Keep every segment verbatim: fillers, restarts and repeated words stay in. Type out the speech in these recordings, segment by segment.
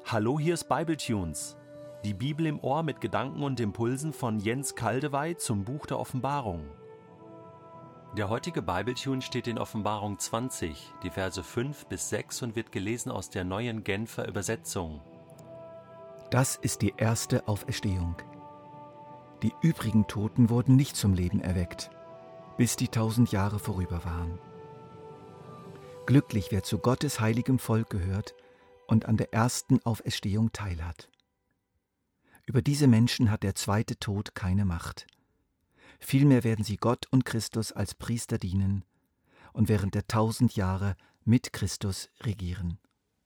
Hallo, hier ist Bibletunes. Die Bibel im Ohr mit Gedanken und Impulsen von Jens Kaldewey zum Buch der Offenbarung. Der heutige Bibletune steht in Offenbarung zwanzig, die Verse fünf bis sechs und wird gelesen aus der neuen Genfer Übersetzung. Das ist die erste Auferstehung. Die übrigen Toten wurden nicht zum Leben erweckt, bis die tausend Jahre vorüber waren. Glücklich, wer zu Gottes heiligem Volk gehört und an der ersten Auferstehung teilhat. Über diese Menschen hat der zweite Tod keine Macht. Vielmehr werden sie Gott und Christus als Priester dienen und während der tausend Jahre mit Christus regieren.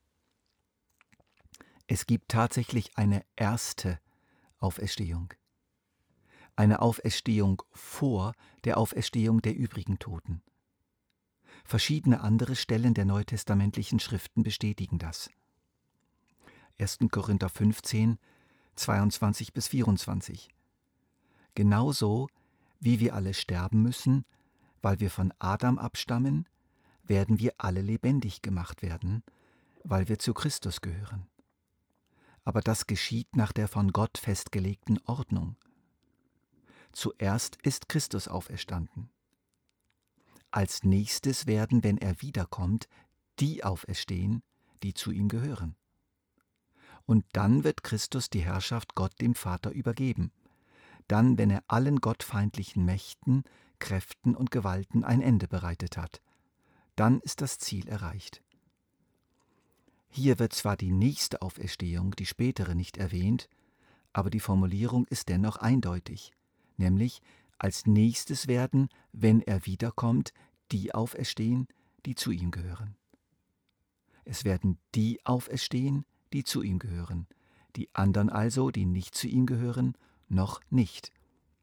Es gibt tatsächlich eine erste Auferstehung. Eine Auferstehung vor der Auferstehung der übrigen Toten. Verschiedene andere Stellen der neutestamentlichen Schriften bestätigen das. erster Korinther fünfzehn, zweiundzwanzig bis vierundzwanzig. Genauso wie wir alle sterben müssen, weil wir von Adam abstammen, werden wir alle lebendig gemacht werden, weil wir zu Christus gehören. Aber das geschieht nach der von Gott festgelegten Ordnung. Zuerst ist Christus auferstanden. Als nächstes werden, wenn er wiederkommt, die auferstehen, die zu ihm gehören. Und dann wird Christus die Herrschaft Gott dem Vater übergeben. Dann, wenn er allen gottfeindlichen Mächten, Kräften und Gewalten ein Ende bereitet hat. Dann ist das Ziel erreicht. Hier wird zwar die nächste Auferstehung, die spätere, nicht erwähnt, aber die Formulierung ist dennoch eindeutig, nämlich als nächstes werden, wenn er wiederkommt, die auferstehen, die zu ihm gehören. Es werden die auferstehen, die zu ihm gehören, die anderen also, die nicht zu ihm gehören, noch nicht.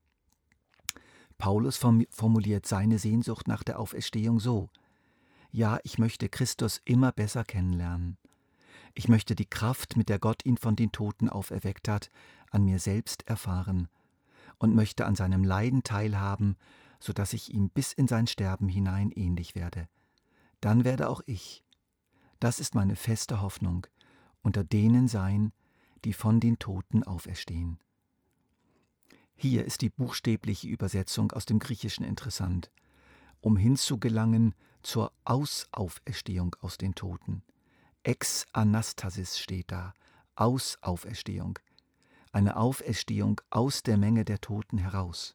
Paulus formuliert seine Sehnsucht nach der Auferstehung so: Ja, ich möchte Christus immer besser kennenlernen. Ich möchte die Kraft, mit der Gott ihn von den Toten auferweckt hat, an mir selbst erfahren und möchte an seinem Leiden teilhaben, sodass ich ihm bis in sein Sterben hinein ähnlich werde. Dann werde auch ich, das ist meine feste Hoffnung, unter denen sein, die von den Toten auferstehen. Hier ist die buchstäbliche Übersetzung aus dem Griechischen interessant, um hinzugelangen zur Ausauferstehung aus den Toten. Ex Anastasis steht da, Ausauferstehung, eine Auferstehung aus der Menge der Toten heraus.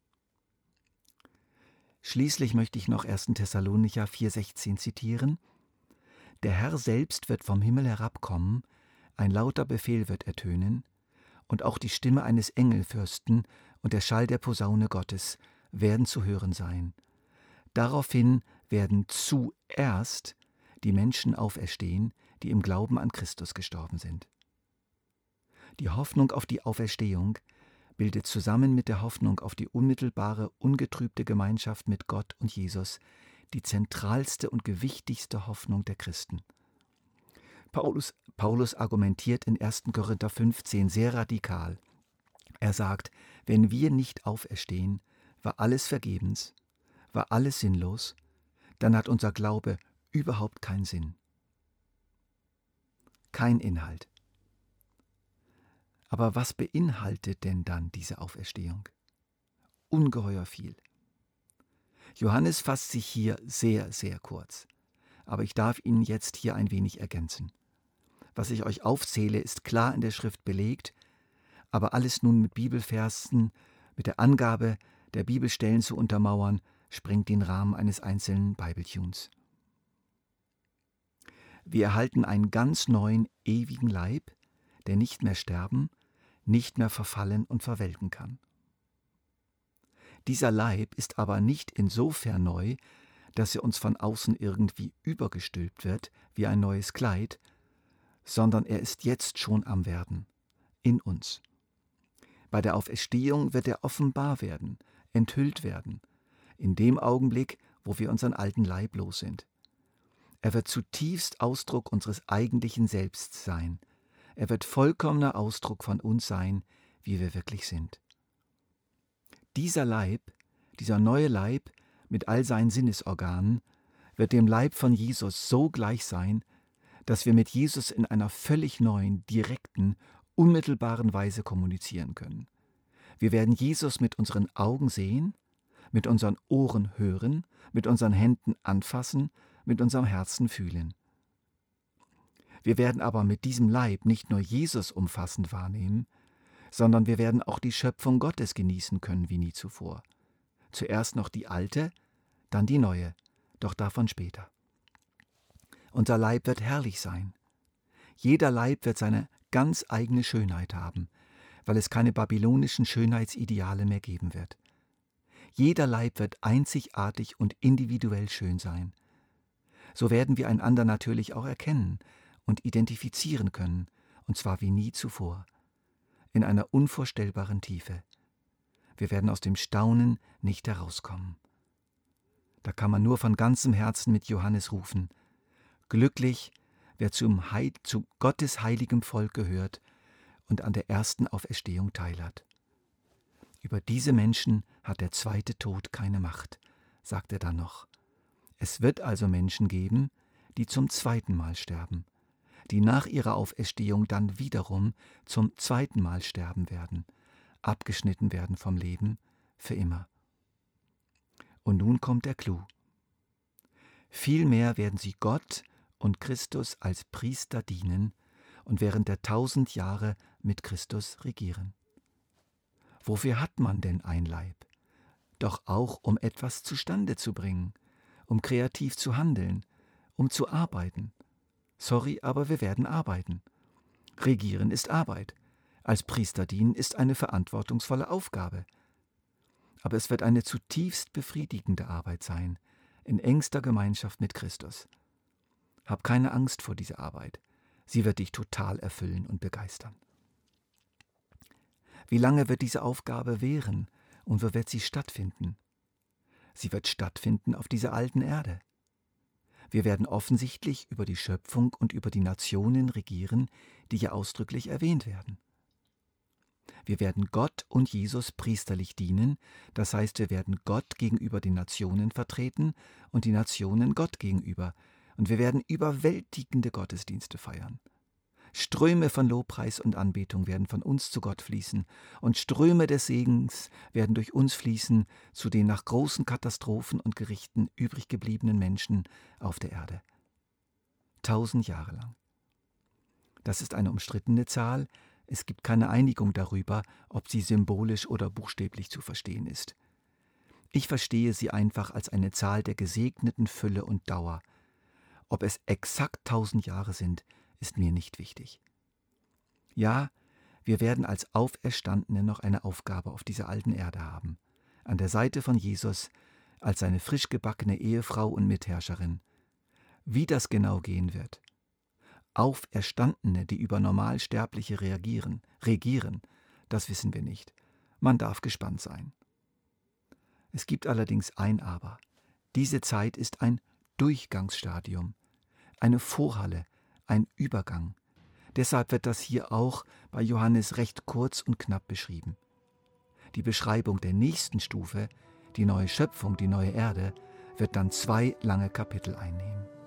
Schließlich möchte ich noch erster Thessalonicher vier sechzehn zitieren. Der Herr selbst wird vom Himmel herabkommen, ein lauter Befehl wird ertönen, und auch die Stimme eines Engelfürsten und der Schall der Posaune Gottes werden zu hören sein. Daraufhin werden zuerst die Menschen auferstehen, die im Glauben an Christus gestorben sind. Die Hoffnung auf die Auferstehung bildet zusammen mit der Hoffnung auf die unmittelbare, ungetrübte Gemeinschaft mit Gott und Jesus die zentralste und gewichtigste Hoffnung der Christen. Paulus, Paulus argumentiert in erster Korinther fünfzehn sehr radikal. Er sagt, wenn wir nicht auferstehen, war alles vergebens, war alles sinnlos, dann hat unser Glaube überhaupt keinen Sinn. Kein Inhalt. Aber was beinhaltet denn dann diese Auferstehung? Ungeheuer viel. Johannes fasst sich hier sehr, sehr kurz. Aber ich darf ihn jetzt hier ein wenig ergänzen. Was ich euch aufzähle, ist klar in der Schrift belegt, aber alles nun mit Bibelversen, mit der Angabe der Bibelstellen zu untermauern, sprengt den Rahmen eines einzelnen Bibletunes. Wir erhalten einen ganz neuen, ewigen Leib, der nicht mehr sterben, nicht mehr verfallen und verwelken kann. Dieser Leib ist aber nicht insofern neu, dass er uns von außen irgendwie übergestülpt wird, wie ein neues Kleid, sondern er ist jetzt schon am Werden, in uns. Bei der Auferstehung wird er offenbar werden, enthüllt werden, in dem Augenblick, wo wir unseren alten Leib los sind. Er wird zutiefst Ausdruck unseres eigentlichen Selbst sein. Er wird vollkommener Ausdruck von uns sein, wie wir wirklich sind. Dieser Leib, dieser neue Leib mit all seinen Sinnesorganen, wird dem Leib von Jesus so gleich sein, dass wir mit Jesus in einer völlig neuen, direkten, unmittelbaren Weise kommunizieren können. Wir werden Jesus mit unseren Augen sehen, mit unseren Ohren hören, mit unseren Händen anfassen, mit unserem Herzen fühlen. Wir werden aber mit diesem Leib nicht nur Jesus umfassend wahrnehmen, sondern wir werden auch die Schöpfung Gottes genießen können wie nie zuvor. Zuerst noch die alte, dann die neue, doch davon später. Unser Leib wird herrlich sein. Jeder Leib wird seine ganz eigene Schönheit haben, weil es keine babylonischen Schönheitsideale mehr geben wird. Jeder Leib wird einzigartig und individuell schön sein. So werden wir einander natürlich auch erkennen und identifizieren können, und zwar wie nie zuvor, in einer unvorstellbaren Tiefe. Wir werden aus dem Staunen nicht herauskommen. Da kann man nur von ganzem Herzen mit Johannes rufen: Glücklich, wer zum Heil, zu Gottes heiligem Volk gehört und an der ersten Auferstehung teilhat. Über diese Menschen hat der zweite Tod keine Macht, sagt er dann noch. Es wird also Menschen geben, die zum zweiten Mal sterben, die nach ihrer Auferstehung dann wiederum zum zweiten Mal sterben werden, abgeschnitten werden vom Leben für immer. Und nun kommt der Clou. Vielmehr werden sie Gott und Christus als Priester dienen und während der tausend Jahre mit Christus regieren. Wofür hat man denn ein Leib? Doch auch, um etwas zustande zu bringen, um kreativ zu handeln, um zu arbeiten. Sorry, aber wir werden arbeiten. Regieren ist Arbeit. Als Priester dienen ist eine verantwortungsvolle Aufgabe. Aber es wird eine zutiefst befriedigende Arbeit sein, in engster Gemeinschaft mit Christus. Hab keine Angst vor dieser Arbeit. Sie wird dich total erfüllen und begeistern. Wie lange wird diese Aufgabe währen und wo wird sie stattfinden? Sie wird stattfinden auf dieser alten Erde. Wir werden offensichtlich über die Schöpfung und über die Nationen regieren, die ja ausdrücklich erwähnt werden. Wir werden Gott und Jesus priesterlich dienen, das heißt, wir werden Gott gegenüber den Nationen vertreten und die Nationen Gott gegenüber, und wir werden überwältigende Gottesdienste feiern. Ströme von Lobpreis und Anbetung werden von uns zu Gott fließen und Ströme des Segens werden durch uns fließen zu den nach großen Katastrophen und Gerichten übrig gebliebenen Menschen auf der Erde. Tausend Jahre lang. Das ist eine umstrittene Zahl. Es gibt keine Einigung darüber, ob sie symbolisch oder buchstäblich zu verstehen ist. Ich verstehe sie einfach als eine Zahl der gesegneten Fülle und Dauer. Ob es exakt tausend Jahre sind, ist mir nicht wichtig. Ja, wir werden als Auferstandene noch eine Aufgabe auf dieser alten Erde haben, an der Seite von Jesus als seine frisch gebackene Ehefrau und Mitherrscherin. Wie das genau gehen wird. Auferstandene, die über Normalsterbliche reagieren, regieren, das wissen wir nicht. Man darf gespannt sein. Es gibt allerdings ein Aber. Diese Zeit ist ein Durchgangsstadium, eine Vorhalle, ein Übergang. Deshalb wird das hier auch bei Johannes recht kurz und knapp beschrieben. Die Beschreibung der nächsten Stufe, die neue Schöpfung, die neue Erde, wird dann zwei lange Kapitel einnehmen.